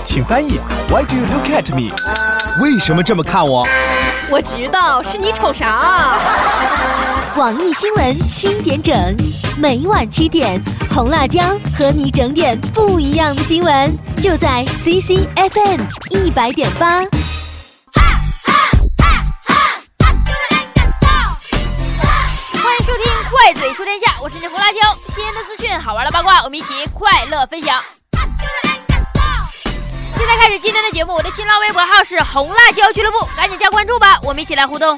请翻译 Why do you look at me？ 为什么这么看我？ 我知道是你瞅啥。 广义新闻7点整，每晚7点，红辣椒和你整点不一样的新闻，就在 CCFM 100.8。 欢迎收听快嘴说天下，我是你红辣椒，新鲜的资讯，好玩的八卦，我们一起快乐分享。现在开始今天的节目，我的新浪微博号是红辣椒俱乐部，赶紧加关注吧，我们一起来互动。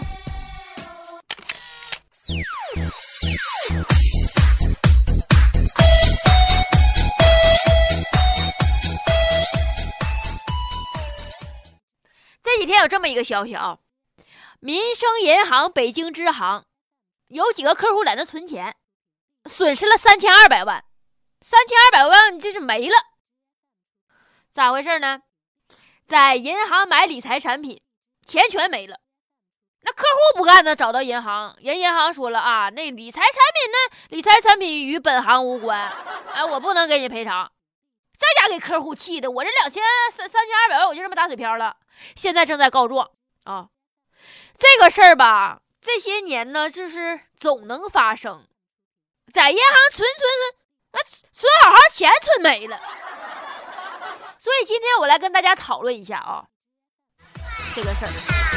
这几天有这么一个消息啊，民生银行北京支行有几个客户在那存钱，损失了3200万，3200万就是没了。咋回事呢？在银行买理财产品，钱全没了。那客户不干呢，找到银行，银行说了啊，那理财产品呢，理财产品与本行无关，哎，我不能给你赔偿。这家给客户气的，我这3200万我就这么打水漂了。现在正在告状啊。这个事儿吧，这些年呢，就是总能发生，在银行存好好钱存没了。所以今天我来跟大家讨论一下啊，这个事儿。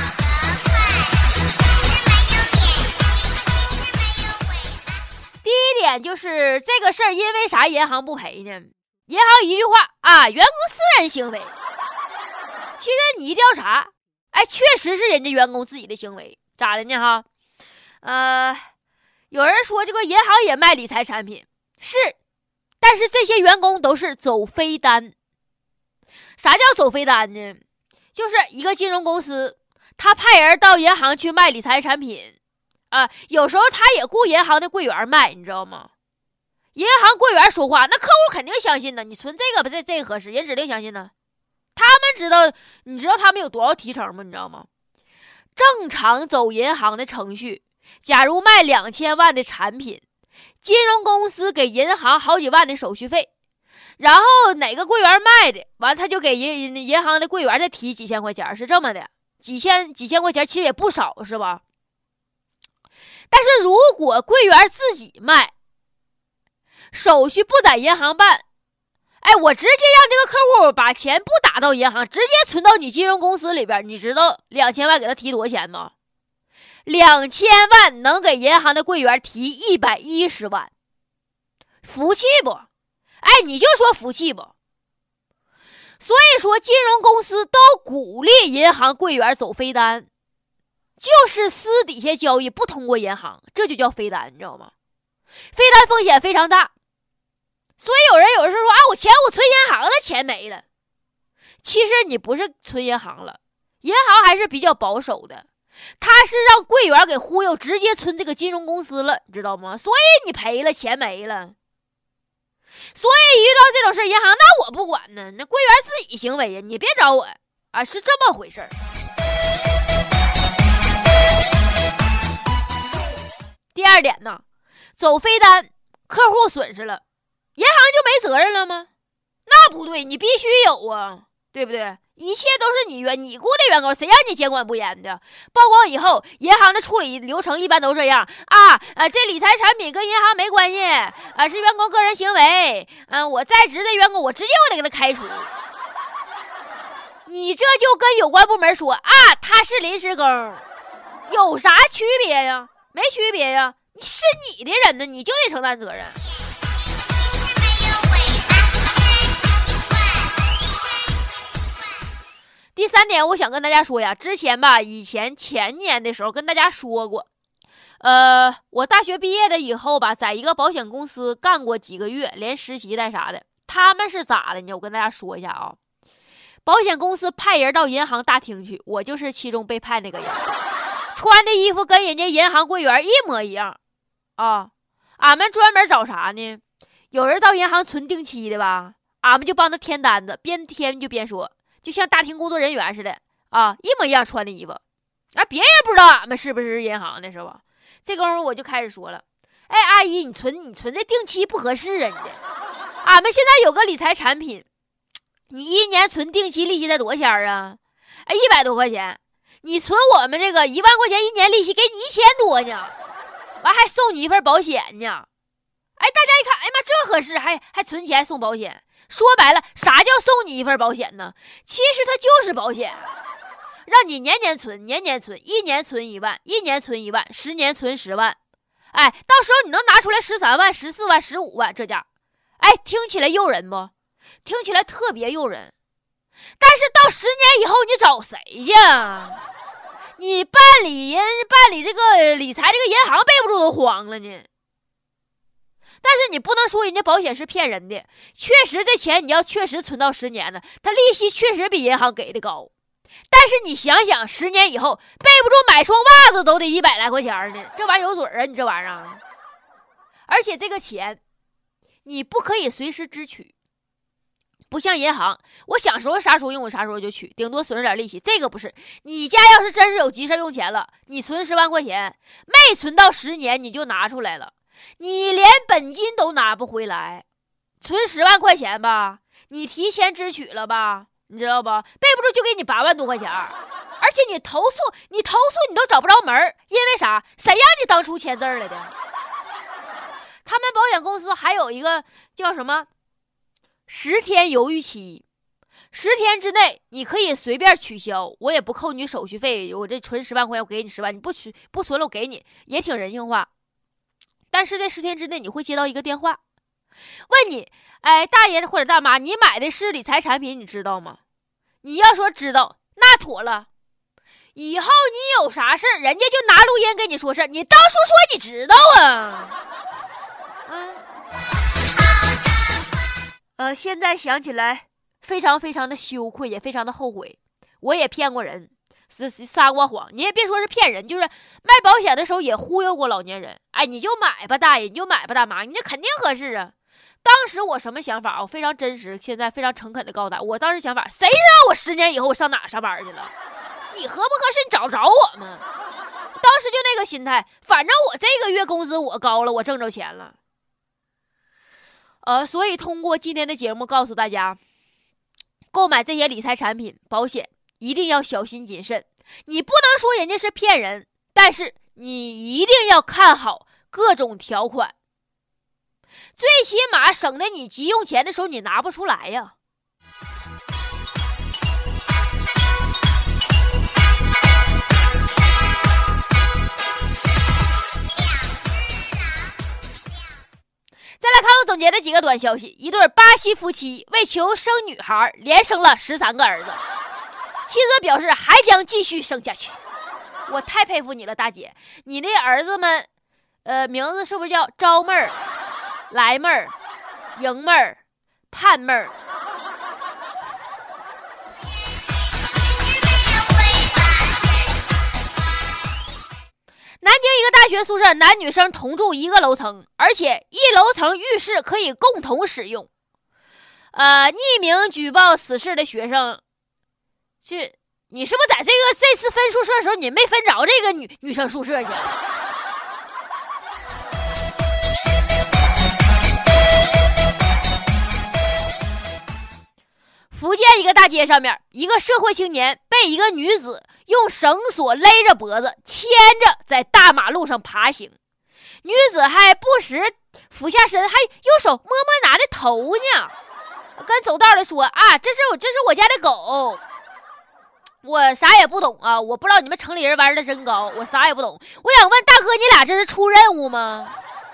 第一点就是这个事儿，因为啥银行不赔呢？银行一句话啊，员工私人行为。其实你一调查，哎，确实是人家员工自己的行为，咋的呢哈？有人说这个银行也卖理财产品，是，但是这些员工都是走飞单。啥叫走飞单呢？就是一个金融公司，他派人到银行去卖理财产品，有时候他也雇银行的柜员卖，你知道吗？银行柜员说话，那客户肯定相信呢。你存这个吧，这个合适，人指定相信呢。他们知道，你知道他们有多少提成吗？你知道吗？正常走银行的程序，假如卖2000万的产品，金融公司给银行好几万的手续费。然后哪个柜员卖的，完他就给银行的柜员再提几千块钱，是这么的，几千块钱其实也不少，是吧？但是如果柜员自己卖，手续不在银行办，哎，我直接让这个客户把钱不打到银行，直接存到你金融公司里边，你知道2000万给他提多少钱吗？2000万能给银行的柜员提110万，服气不？哎，你就说服气不？所以说金融公司都鼓励银行柜员走飞单，就是私底下交易不通过银行，这就叫飞单，你知道吗？飞单风险非常大，所以有人说啊，我存银行了，钱没了。其实你不是存银行了，银行还是比较保守的，他是让柜员给忽悠，直接存这个金融公司了，你知道吗？所以你赔了，钱没了。所以遇到这种事，银行那我不管呢，那柜员自己行为呀，你别找我啊，是这么回事儿。第二点呢，走飞单，客户损失了，银行就没责任了吗？那不对，你必须有啊，对不对？一切都是你雇的员工，谁让你监管不严的？曝光以后，银行的处理流程一般都这样这理财产品跟银行没关系是员工个人行为，我在职的员工，我直接得给他开除。你这就跟有关部门说他是临时工，有啥区别呀？没区别呀，是你的人呢，你就得承担责任。第三点，我想跟大家说呀，之前吧，前年的时候跟大家说过，我大学毕业了以后吧，在一个保险公司干过几个月，连实习带啥的。他们是咋的呢？我跟大家说一下啊，保险公司派人到银行大厅去，我就是其中被派那个人，穿的衣服跟人家银行柜员一模一样啊。俺们专门找啥呢？有人到银行存定期的吧，俺们就帮他填单子，边填就边说。就像大厅工作人员似的一模一样穿的衣服，别人不知道俺们是不是银行的，是吧？这功夫我就开始说了，哎，阿姨，你存这定期不合适啊！俺们现在有个理财产品， 你1年存定期利息才多少钱啊？100多块钱。你存我们这个1万块钱1年利息，给你1000多呢，完还送你一份保险呢。哎，大家一看，哎妈，这合适，还存钱送保险。说白了，啥叫送你一份保险呢？其实它就是保险，让你年年存，1年存1万，1年存1万，10年存10万。哎，到时候你能拿出来13万、14万、15万，这家，哎，听起来诱人不？听起来特别诱人。但是到10年以后，你找谁去？你办理这个理财，这个银行背不住都慌了呢。但是你不能说人家保险是骗人的，确实这钱你要确实存到10年呢，它利息确实比银行给的高。但是你想想，10年以后背不住买双袜子都得100来块钱呢，这玩意儿有嘴啊！你这玩意儿，而且这个钱你不可以随时支取。不像银行，我想时候啥时候用我啥时候就取，顶多损失点利息。这个不是，你家要是真是有急事用钱了，你存10万块钱，没存到10年你就拿出来了，你连本金都拿不回来。存10万块钱吧，你提前支取了吧，你知道不？背不住就给你8万多块钱，而且你投诉你都找不着门，因为啥？谁让你当初签字来的？他们保险公司还有一个叫什么10天犹豫期，10天之内你可以随便取消，我也不扣你手续费。我这存10万块钱，我给你10万，你不存了我给你，也挺人性化。但是在10天之内，你会接到一个电话，问你，哎，大爷或者大妈，你买的是理财产品，你知道吗？你要说知道，那妥了。以后你有啥事人家就拿录音跟你说事，你当初说你知道啊。现在想起来非常非常的羞愧，也非常的后悔。我也骗过人，撒过谎。你也别说是骗人，就是卖保险的时候也忽悠过老年人。哎，你就买吧，大爷，你就买吧，大妈，你这肯定合适啊。当时我什么想法？我非常真实，现在非常诚恳的告诉他，我当时想法，谁知道我10年以后我上哪上班去了？你合不合适？你找不着我吗？当时就那个心态，反正我这个月工资我高了，我挣着钱了。所以通过今天的节目告诉大家，购买这些理财产品、保险一定要小心谨慎。你不能说人家是骗人，但是你一定要看好各种条款，最起码省得你急用钱的时候你拿不出来呀。再来看我总结的几个短消息。一对巴西夫妻为求生女孩，连生了13个儿子，妻子表示还将继续生下去。我太佩服你了，大姐，你那儿子们名字是不是叫招妹儿、来妹儿、迎妹儿、盼妹儿？南京一个大学宿舍，男女生同住一个楼层，而且1楼层浴室可以共同使用。匿名举报此事的学生，你是不是在这次分宿舍的时候，你没分着这个女生宿舍去？福建一个大街上面，一个社会青年被一个女子用绳索勒着脖子，牵着在大马路上爬行，女子还不时俯下身，还用手摸摸男的头呢，跟走道的说啊，这是我家的狗。我啥也不懂啊，我不知道你们城里人玩的真高，我啥也不懂。我想问大哥，你俩这是出任务吗？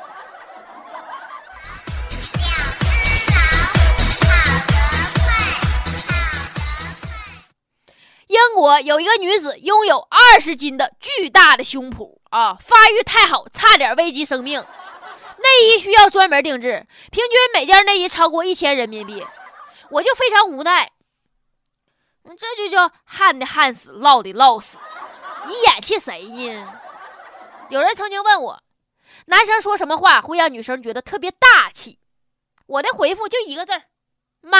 英国有一个女子拥有20斤的巨大的胸脯啊，发育太好，差点危及生命。内衣需要专门定制，平均每件内衣超过1000人民币。我就非常无奈，这就叫旱的旱死，涝的涝死。你眼气谁呢？有人曾经问我，男生说什么话会让女生觉得特别大气？我的回复就一个字儿：买。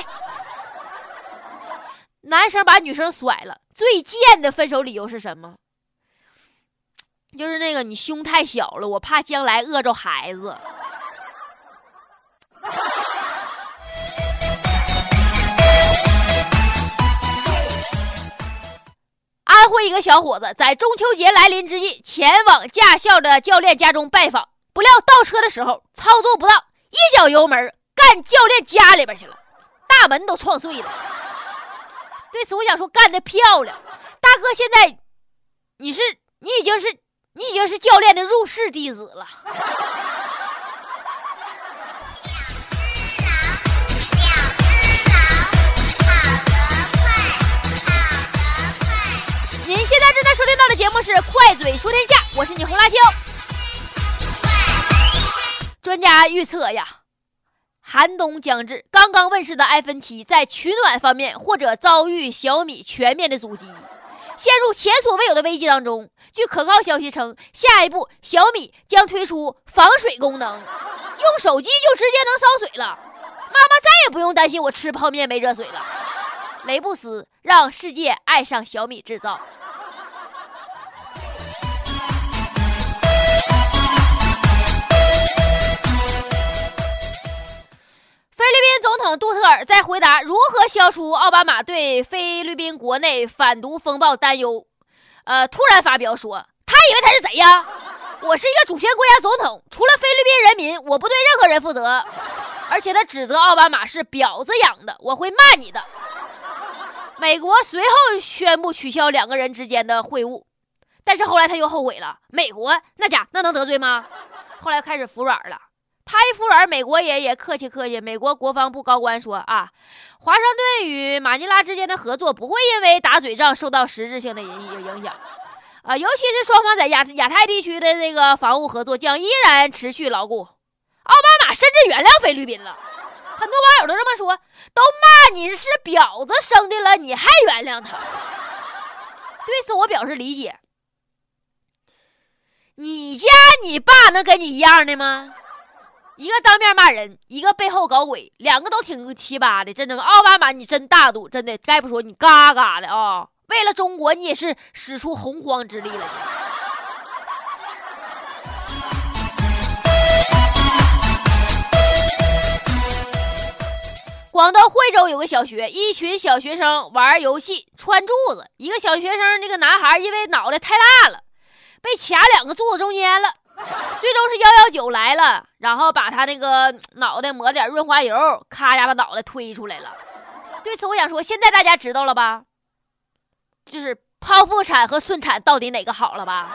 男生把女生甩了，最贱的分手理由是什么？就是那个你胸太小了，我怕将来饿着孩子。 过一个小伙子在中秋节来临之际前往驾校的教练家中拜访，不料倒车的时候操作不当，一脚油门干教练家里边去了，大门都撞碎了。对此我想说，干得漂亮，大哥，现在你已经是教练的入室弟子了。您现在正在收听到的节目是快嘴说天下，我是你红辣椒。专家预测呀，寒冬将至，刚刚问世的 iPhone 7在取暖方面或者遭遇小米全面的阻击，陷入前所未有的危机当中。据可靠消息称，下一步小米将推出防水功能，用手机就直接能烧水了，妈妈再也不用担心我吃泡面没热水了。雷布斯让世界爱上小米制造。菲律宾总统杜特尔在回答如何消除奥巴马对菲律宾国内反毒风暴担忧，突然发表说，他以为他是谁呀？我是一个主权国家总统，除了菲律宾人民，我不对任何人负责。而且他指责奥巴马是婊子养的，我会骂你的。美国随后宣布取消两个人之间的会晤，但是后来他又后悔了。美国那能得罪吗？后来开始服软了。他一服软，美国也客气。美国国防部高官说啊，华盛顿与马尼拉之间的合作不会因为打嘴仗受到实质性的影响尤其是双方在亚太地区的这个防务合作将依然持续牢固。奥巴马甚至原谅菲律宾了，很多网友都这么说，都骂你是婊子生的了，你还原谅他。对此我表示理解。你家你爸能跟你一样的吗？一个当面骂人，一个背后搞鬼，两个都挺奇葩的，真的吗？奥巴马你真大度，真的该不说你嘎嘎的啊！为了中国你也是使出洪荒之力了。广东惠州有个小学，一群小学生玩游戏穿柱子，一个小学生那个男孩因为脑袋太大了，被卡两个柱子中间了。最终是119来了，然后把他那个脑袋抹点润滑油，咔呀把脑袋推出来了。对此我想说，现在大家知道了吧？就是剖腹产和顺产到底哪个好了吧？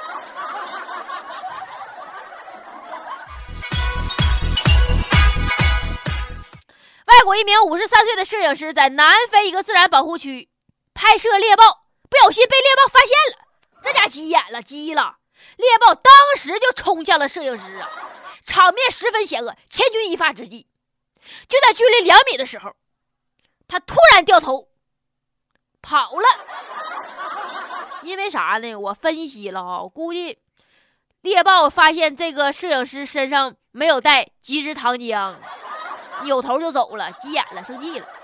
外国一名53岁的摄影师在南非一个自然保护区拍摄猎豹，不小心被猎豹发现了，这家急眼了，急了。猎豹当时就冲向了摄影师啊，场面十分险恶，千钧一发之际，就在距离2米的时候，他突然掉头跑了。因为啥呢？我分析了我估计猎豹发现这个摄影师身上没有带即食糖浆，扭头就走了，急眼了，生气了。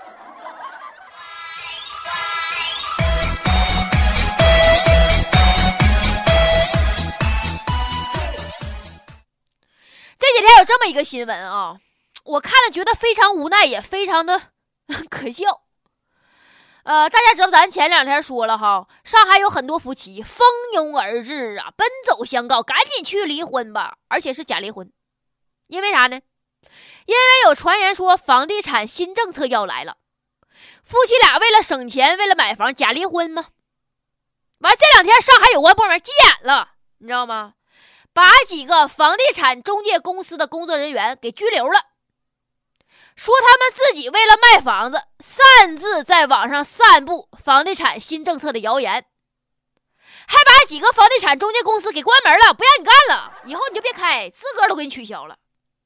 这几天有这么一个新闻啊，我看了觉得非常无奈，也非常的可笑。大家知道咱前2天说了哈，上海有很多夫妻蜂拥而至啊，奔走相告，赶紧去离婚吧，而且是假离婚。因为啥呢？因为有传言说房地产新政策要来了，夫妻俩为了省钱，为了买房假离婚吗？完这2天上海有关部门急眼了，你知道吗？把几个房地产中介公司的工作人员给拘留了，说他们自己为了卖房子擅自在网上散布房地产新政策的谣言，还把几个房地产中介公司给关门了，不让你干了，以后你就别开，资格都给你取消了。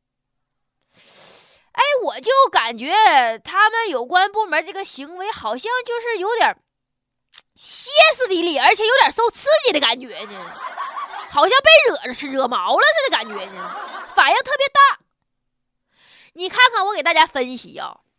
我就感觉他们有关部门这个行为好像就是有点歇斯底里，而且有点受刺激的感觉呢，好像被惹毛了似的感觉呢，反应特别大。你看看我给大家分析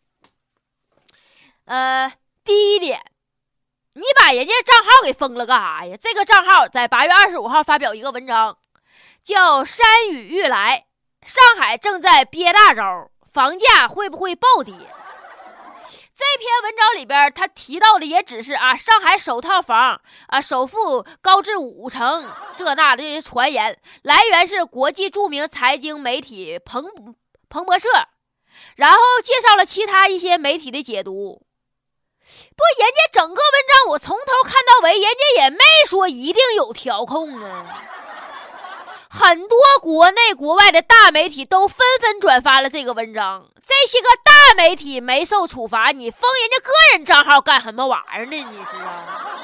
第一点，你把人家账号给封了干啥呀？这个账号在8月25号发表一个文章，叫山雨欲来，上海正在憋大招，房价会不会暴跌？ 这篇文章里边他提到的也只是上海首套房首付高至5成这那的这些传言，来源是国际著名财经媒体彭博社，然后介绍了其他一些媒体的解读。不，人家整个文章我从头看到尾，人家也没说一定有调控啊。很多国内国外的大媒体都纷纷转发了这个文章，这些个大媒体没受处罚，你封人家个人账号干什么玩意儿呢？你知道？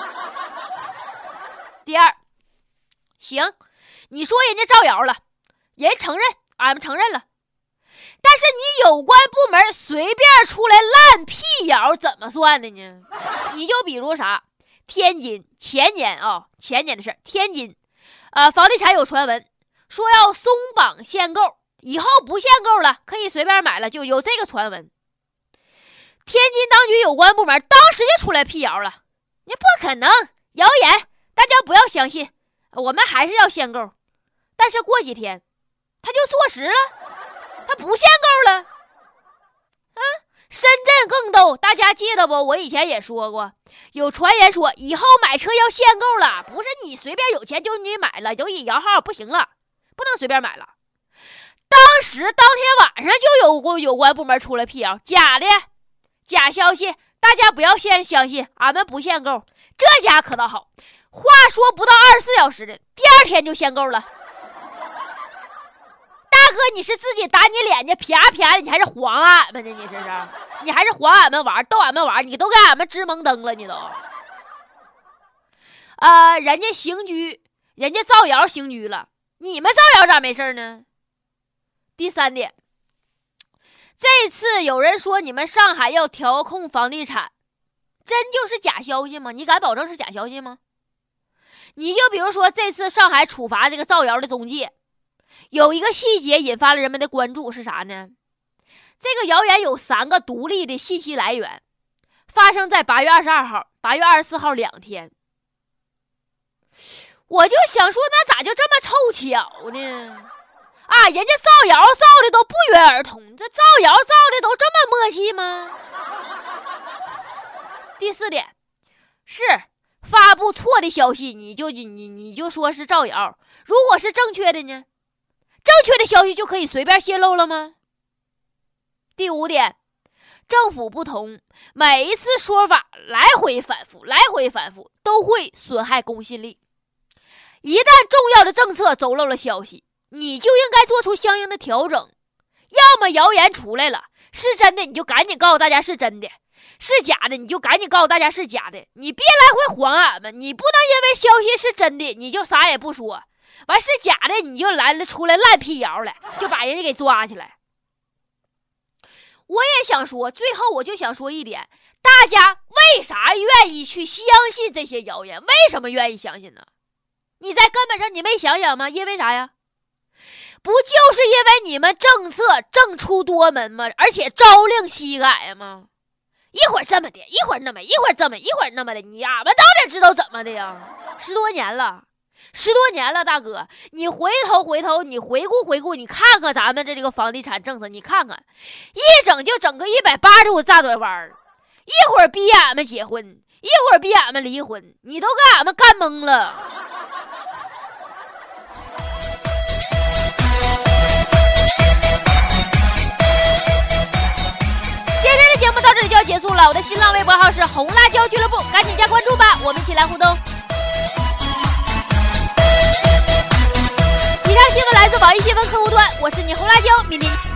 第二，行，你说人家造谣了，人承认，俺们承认了，但是你有关部门随便出来烂辟谣怎么算的呢？你就比如啥，天津前年的事，天津房地产有传闻说要松绑限购，以后不限购了，可以随便买了，就有这个传闻。天津当局有关部门当时就出来辟谣了，你不可能，谣言，大家不要相信，我们还是要限购。但是过几天他就坐实了，他不限购了。深圳更逗，大家记得不？我以前也说过，有传言说以后买车要限购了，不是你随便有钱就你买了，有摇号不行了，不能随便买了。当天晚上就有关部门出来辟谣，假的，假消息，大家不要先相信，俺们不限购。这家可倒好，话说不到24小时的，第二天就限购了。大哥，你是自己打你脸去啪啪的，你还是晃俺们呢？你这是，你还是晃俺们玩，逗俺们玩，你都给俺们支蒙灯了，你都。人家刑拘，人家造谣刑拘了，你们造谣咋没事呢？第三点，这次有人说你们上海要调控房地产，真就是假消息吗？你敢保证是假消息吗？你就比如说这次上海处罚这个造谣的中介，有一个细节引发了人们的关注，是啥呢？这个谣言有3个独立的信息来源，发生在8月22号、8月24号2天。我就想说，那咋就这么凑巧呢？人家造谣造的都不约而同，这造谣造的都这么默契吗？第4点是发布错的消息，你就说是造谣，如果是正确的呢？正确的消息就可以随便泄露了吗？第5点，政府不同，每一次说法来回反复，都会损害公信力。一旦重要的政策走漏了消息，你就应该做出相应的调整。要么谣言出来了，是真的你就赶紧告诉大家是真的，是假的你就赶紧告诉大家是假的，你别来回晃俺们，你不能因为消息是真的你就啥也不说，完是假的你就出来烂辟谣了，就把人家给抓起来。我也想说，最后我就想说一点，大家为啥愿意去相信这些谣言？为什么愿意相信呢？你在根本上你没想想吗？因为啥呀？不就是因为你们政策政出多门吗？而且朝令夕改吗？一会儿这么的，一会儿那么，一会儿这么，一会儿那么的，俺们当然知道怎么的呀。10多年了，大哥，你回头，你回顾，你看看咱们这个房地产政策，你看看，一整就整个180度大转弯，一会儿逼俺们结婚，一会儿逼俺们离婚，你都给俺们干懵了。节目到这里就要结束了，我的新浪微博号是红辣椒俱乐部，赶紧加关注吧，我们一起来互动。以上新闻来自网易新闻客户端，我是你红辣椒，明天。